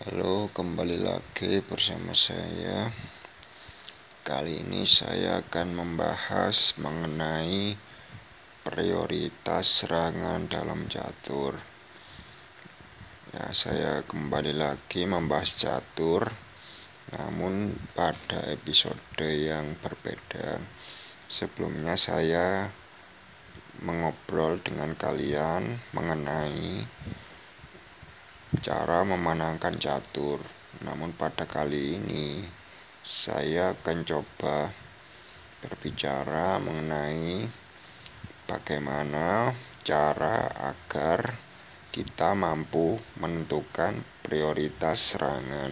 Halo, kembali lagi bersama saya. Kali ini saya akan membahas mengenai prioritas serangan dalam catur. Saya kembali lagi membahas catur, namun pada episode yang berbeda. Sebelumnya saya mengobrol dengan kalian mengenai cara memenangkan catur. Namun pada kali ini saya akan coba berbicara mengenai bagaimana cara agar kita mampu menentukan prioritas serangan.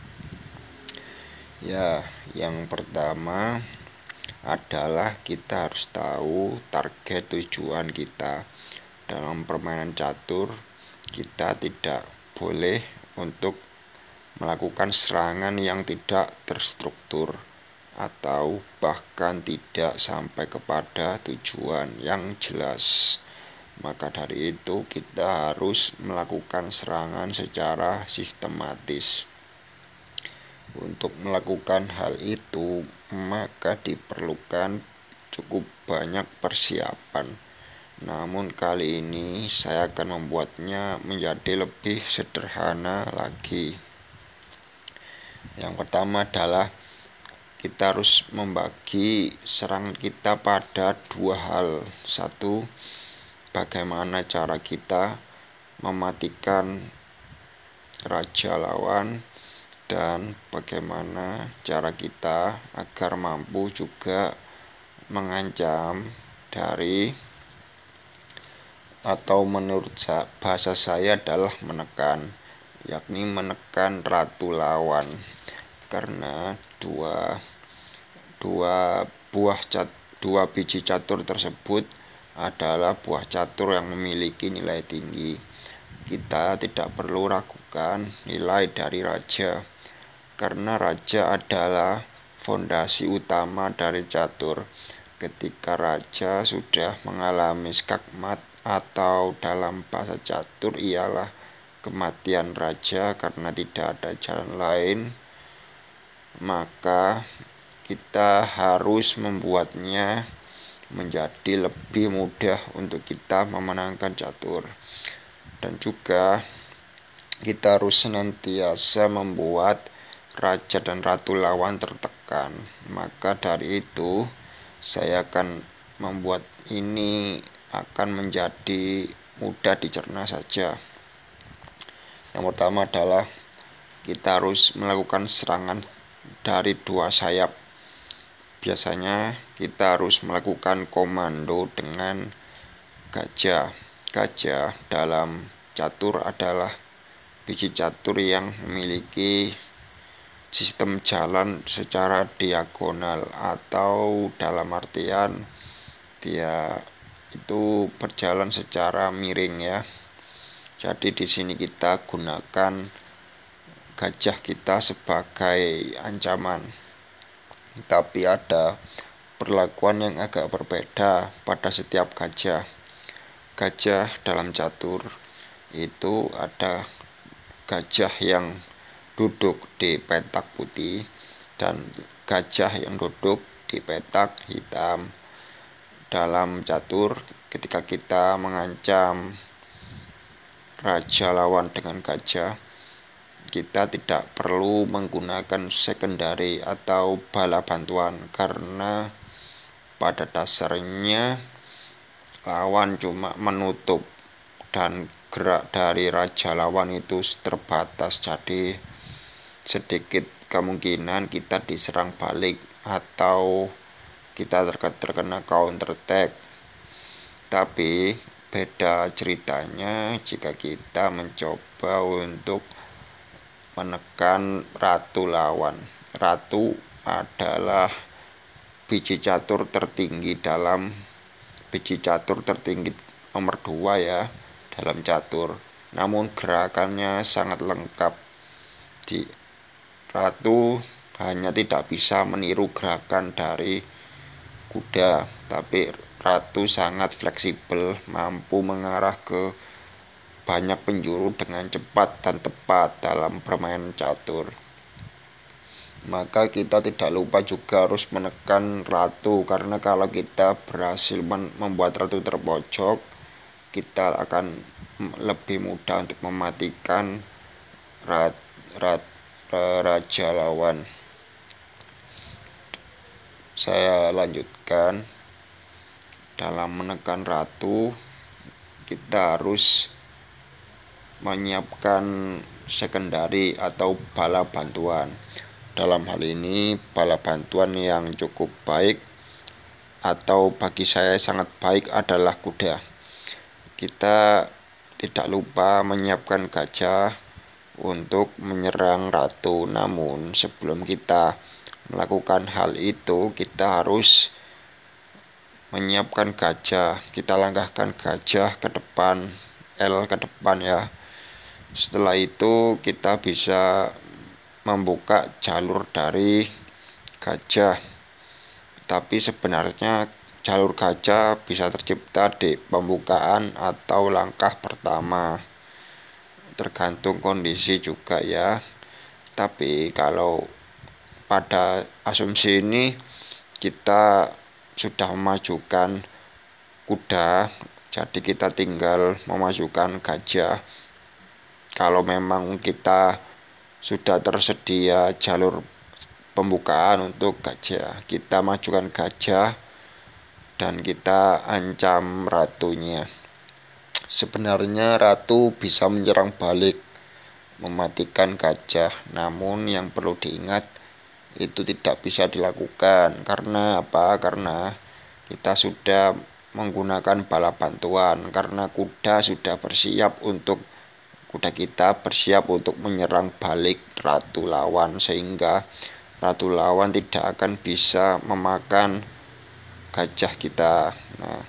Yang pertama adalah kita harus tahu target tujuan kita. Dalam permainan catur, kita tidak boleh untuk melakukan serangan yang tidak terstruktur atau bahkan tidak sampai kepada tujuan yang jelas. Maka dari itu kita harus melakukan serangan secara sistematis. Untuk melakukan hal itu maka diperlukan cukup banyak persiapan. Namun kali ini saya akan membuatnya menjadi lebih sederhana lagi. Yang pertama adalah kita harus membagi serangan kita pada dua hal. Satu, bagaimana cara kita mematikan raja lawan, dan bagaimana cara kita agar mampu juga mengancam dari, atau menurut bahasa saya adalah menekan, yakni menekan ratu lawan. Karena dua biji catur tersebut adalah buah catur yang memiliki nilai tinggi. Kita tidak perlu ragukan nilai dari raja, karena raja adalah fondasi utama dari catur. Ketika raja sudah mengalami skakmat, atau dalam bahasa catur ialah kematian raja karena tidak ada jalan lain, maka kita harus membuatnya menjadi lebih mudah untuk kita memenangkan catur. Dan juga kita harus senantiasa membuat raja dan ratu lawan tertekan. Maka dari itu saya akan membuat ini akan menjadi mudah dicerna saja. Yang pertama adalah kita harus melakukan serangan dari dua sayap. Biasanya kita harus melakukan komando dengan gajah. Gajah dalam catur adalah biji catur yang memiliki sistem jalan secara diagonal, atau dalam artian dia itu berjalan secara miring ya. Jadi di sini kita gunakan gajah kita sebagai ancaman. Tapi ada perlakuan yang agak berbeda pada setiap gajah. Gajah dalam catur itu ada gajah yang duduk di petak putih dan gajah yang duduk di petak hitam. Dalam catur, ketika kita mengancam raja lawan dengan gajah, kita tidak perlu menggunakan secondary atau bala bantuan, karena pada dasarnya lawan cuma menutup dan gerak dari raja lawan itu terbatas. Jadi sedikit kemungkinan kita diserang balik atau kita terkena counter attack. Tapi beda ceritanya jika kita mencoba untuk menekan ratu lawan. Ratu adalah biji catur tertinggi nomor 2 ya dalam catur. Namun gerakannya sangat lengkap. Ratu hanya tidak bisa meniru gerakan dari kuda, tapi ratu sangat fleksibel, mampu mengarah ke banyak penjuru dengan cepat dan tepat dalam bermain catur. Maka kita tidak lupa juga harus menekan ratu, karena kalau kita berhasil membuat ratu terpojok, kita akan lebih mudah untuk mematikan raja lawan. Saya lanjutkan. Dalam menekan ratu, kita harus menyiapkan sekundari atau bala bantuan. Dalam hal ini bala bantuan yang cukup baik atau bagi saya sangat baik adalah kuda. Kita tidak lupa menyiapkan gajah untuk menyerang ratu. Namun sebelum kita melakukan hal itu, kita harus menyiapkan gajah. Kita langkahkan gajah ke depan, L ke depan ya. Setelah itu kita bisa membuka jalur dari gajah. Tapi sebenarnya jalur gajah bisa tercipta di pembukaan atau langkah pertama, tergantung kondisi juga ya. Tapi kalau pada asumsi ini kita sudah memajukan kuda, jadi kita tinggal memajukan gajah. Kalau memang kita sudah tersedia jalur pembukaan untuk gajah, kita majukan gajah dan kita ancam ratunya. Sebenarnya ratu bisa menyerang balik, mematikan gajah, namun yang perlu diingat itu tidak bisa dilakukan. Karena apa? Karena kita sudah menggunakan bala bantuan, karena kuda kita bersiap untuk menyerang balik ratu lawan, sehingga ratu lawan tidak akan bisa memakan gajah kita. Nah,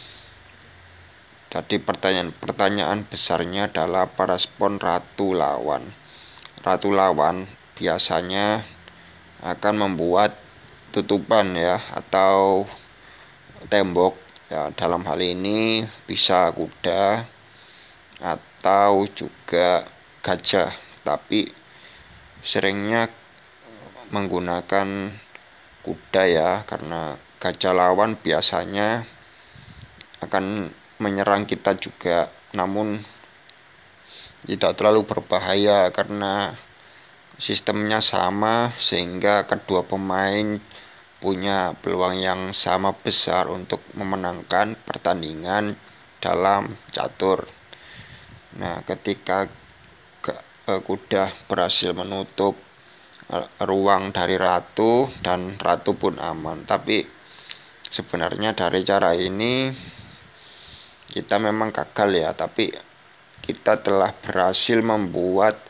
jadi pertanyaan besarnya adalah apa respon ratu lawan. Ratu lawan biasanya akan membuat tutupan ya atau tembok ya. Dalam hal ini bisa kuda atau juga gajah, tapi seringnya menggunakan kuda ya, karena gajah lawan biasanya akan menyerang kita juga, namun tidak terlalu berbahaya karena sistemnya sama, sehingga kedua pemain punya peluang yang sama besar untuk memenangkan pertandingan dalam catur. Nah, ketika kuda berhasil menutup ruang dari ratu dan ratu pun aman. Tapi sebenarnya dari cara ini kita memang gagal ya, tapi kita telah berhasil membuat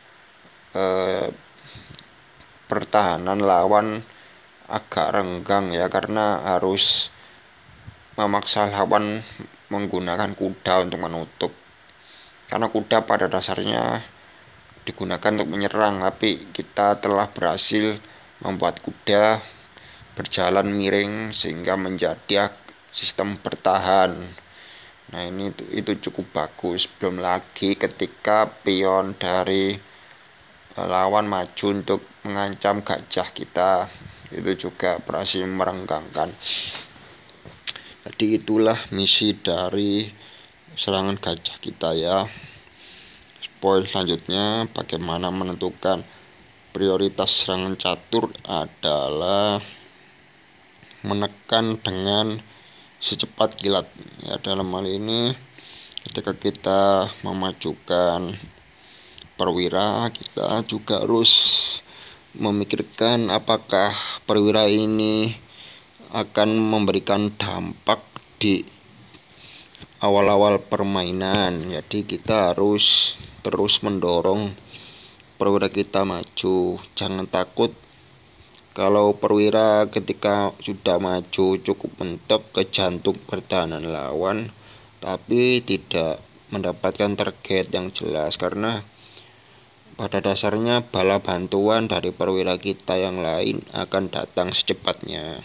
pertahanan lawan agak renggang ya, karena harus memaksa lawan menggunakan kuda untuk menutup. Karena kuda pada dasarnya digunakan untuk menyerang, tapi kita telah berhasil membuat kuda berjalan miring sehingga menjadi sistem bertahan. Nah, itu cukup bagus. Belum lagi ketika pion dari lawan maju untuk mengancam gajah kita, itu juga berhasil merenggangkan. Jadi itulah misi dari serangan gajah kita ya. Poin selanjutnya, bagaimana menentukan prioritas serangan catur adalah menekan dengan secepat kilat ya. Dalam hal ini ketika kita memajukan perwira, kita juga harus memikirkan apakah perwira ini akan memberikan dampak di awal-awal permainan. Jadi kita harus terus mendorong perwira kita maju. Jangan takut kalau perwira ketika sudah maju cukup mentok ke jantung pertahanan lawan, tapi tidak mendapatkan target yang jelas, karena pada dasarnya bala bantuan dari perwira kita yang lain akan datang secepatnya.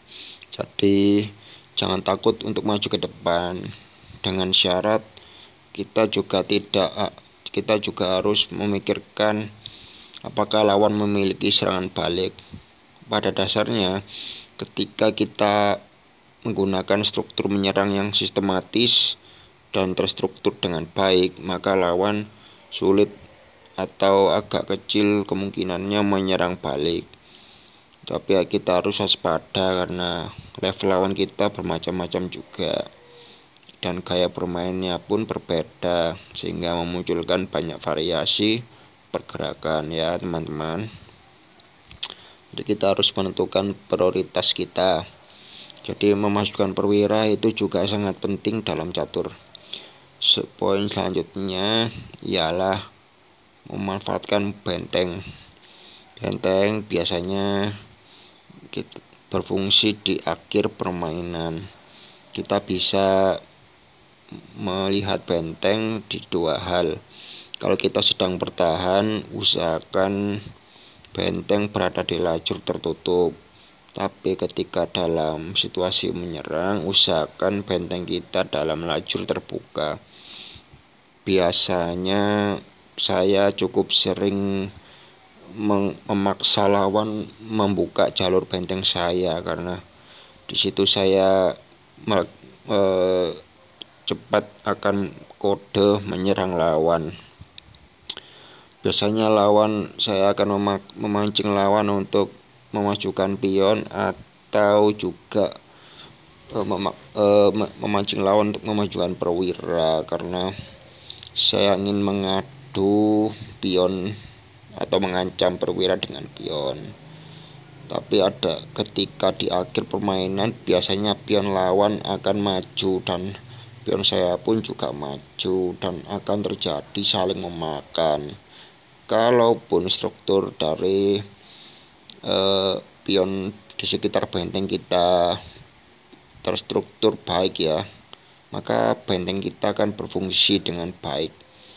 Jadi jangan takut untuk maju ke depan, dengan syarat kita juga harus memikirkan apakah lawan memiliki serangan balik. Pada dasarnya, ketika kita menggunakan struktur menyerang yang sistematis dan terstruktur dengan baik, maka lawan sulit atau agak kecil kemungkinannya menyerang balik. Tapi kita harus waspada karena level lawan kita bermacam-macam juga, dan gaya bermainnya pun berbeda, sehingga memunculkan banyak variasi pergerakan ya teman-teman. Jadi kita harus menentukan prioritas kita. Jadi memajukan perwira itu juga sangat penting dalam catur. Poin selanjutnya ialah memanfaatkan benteng. Benteng biasanya berfungsi di akhir permainan. Kita bisa melihat benteng di dua hal. Kalau kita sedang bertahan, usahakan benteng berada di lajur tertutup. Tapi ketika dalam situasi menyerang, usahakan benteng kita dalam lajur terbuka. Biasanya saya cukup sering memaksa lawan membuka jalur benteng saya, karena di situ saya cepat akan kode menyerang lawan. Biasanya saya akan memancing lawan untuk memajukan pion, atau juga memancing lawan untuk memajukan perwira, karena saya ingin mengadu pion atau mengancam perwira dengan pion. Tapi ada ketika di akhir permainan biasanya pion lawan akan maju dan pion saya pun juga maju, dan akan terjadi saling memakan. Kalaupun struktur dari pion di sekitar benteng kita terstruktur baik ya, maka benteng kita akan berfungsi dengan baik.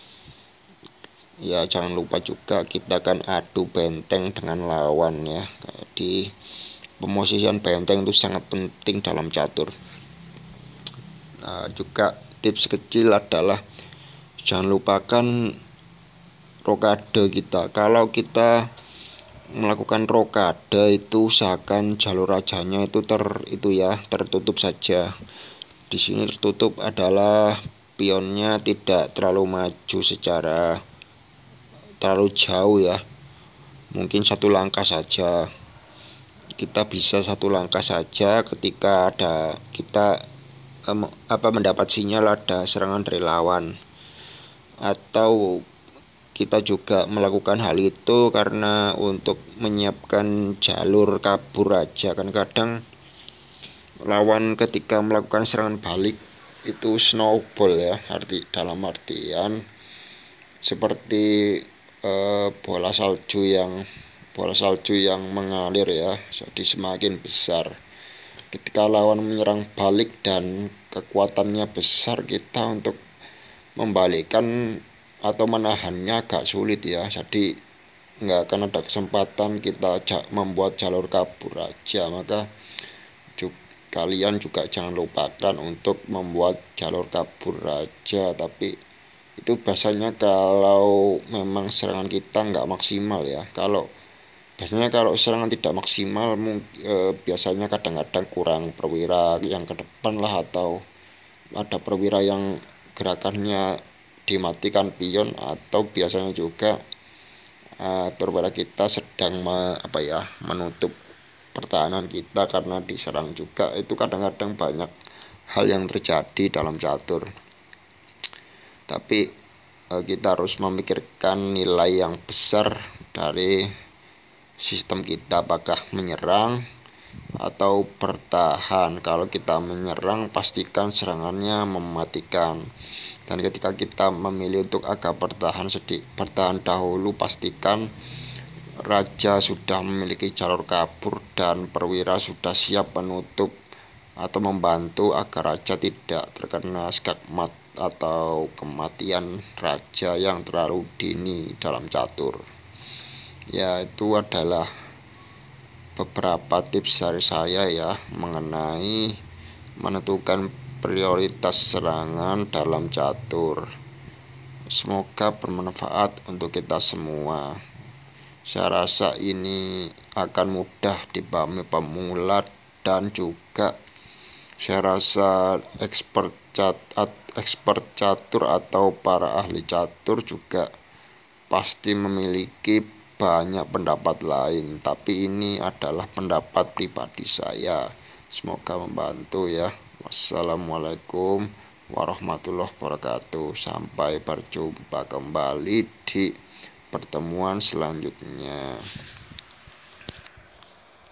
Ya, jangan lupa juga kita akan adu benteng dengan lawan ya. Jadi pemosisian benteng itu sangat penting dalam catur. Nah, juga tips kecil adalah jangan lupakan rokade kita. Kalau kita melakukan rokade itu usahakan jalur rajanya itu tertutup saja. Di sini tertutup adalah pionnya tidak terlalu maju secara terlalu jauh ya. Mungkin satu langkah saja. Kita bisa satu langkah saja ketika kita mendapat sinyal ada serangan dari lawan, atau kita juga melakukan hal itu karena untuk menyiapkan jalur kabur aja. Kan kadang lawan ketika melakukan serangan balik itu snowball ya, dalam artian seperti bola salju yang mengalir ya, jadi semakin besar. Ketika lawan menyerang balik dan kekuatannya besar, kita untuk membalikkan atau menahannya agak sulit ya. Jadi nggak akan ada kesempatan kita membuat jalur kabur aja. Maka kalian juga jangan lupakan untuk membuat jalur kabur aja. Tapi itu biasanya kalau memang serangan kita nggak maksimal ya. Biasanya kalau serangan tidak maksimal, biasanya kadang-kadang kurang perwira yang ke depan lah, atau ada perwira yang gerakannya dimatikan pion, atau biasanya juga perwira kita sedang menutup pertahanan kita karena diserang juga. Itu kadang-kadang banyak hal yang terjadi dalam catur. Tapi kita harus memikirkan nilai yang besar dari sistem kita, apakah menyerang atau bertahan. Kalau kita menyerang, pastikan serangannya mematikan. Dan ketika kita memilih untuk agak bertahan dahulu, pastikan raja sudah memiliki jalur kabur dan perwira sudah siap menutup atau membantu agar raja tidak terkena skakmat atau kematian raja yang terlalu dini dalam catur. Ya, itu adalah beberapa tips dari saya ya mengenai menentukan prioritas serangan dalam catur. Semoga bermanfaat untuk kita semua. Saya rasa ini akan mudah dipahami pemula dan juga saya rasa expert catur atau para ahli catur juga pasti memiliki banyak pendapat lain, tapi ini adalah pendapat pribadi saya. Semoga membantu ya. Wassalamualaikum warahmatullahi wabarakatuh. Sampai berjumpa kembali di pertemuan selanjutnya.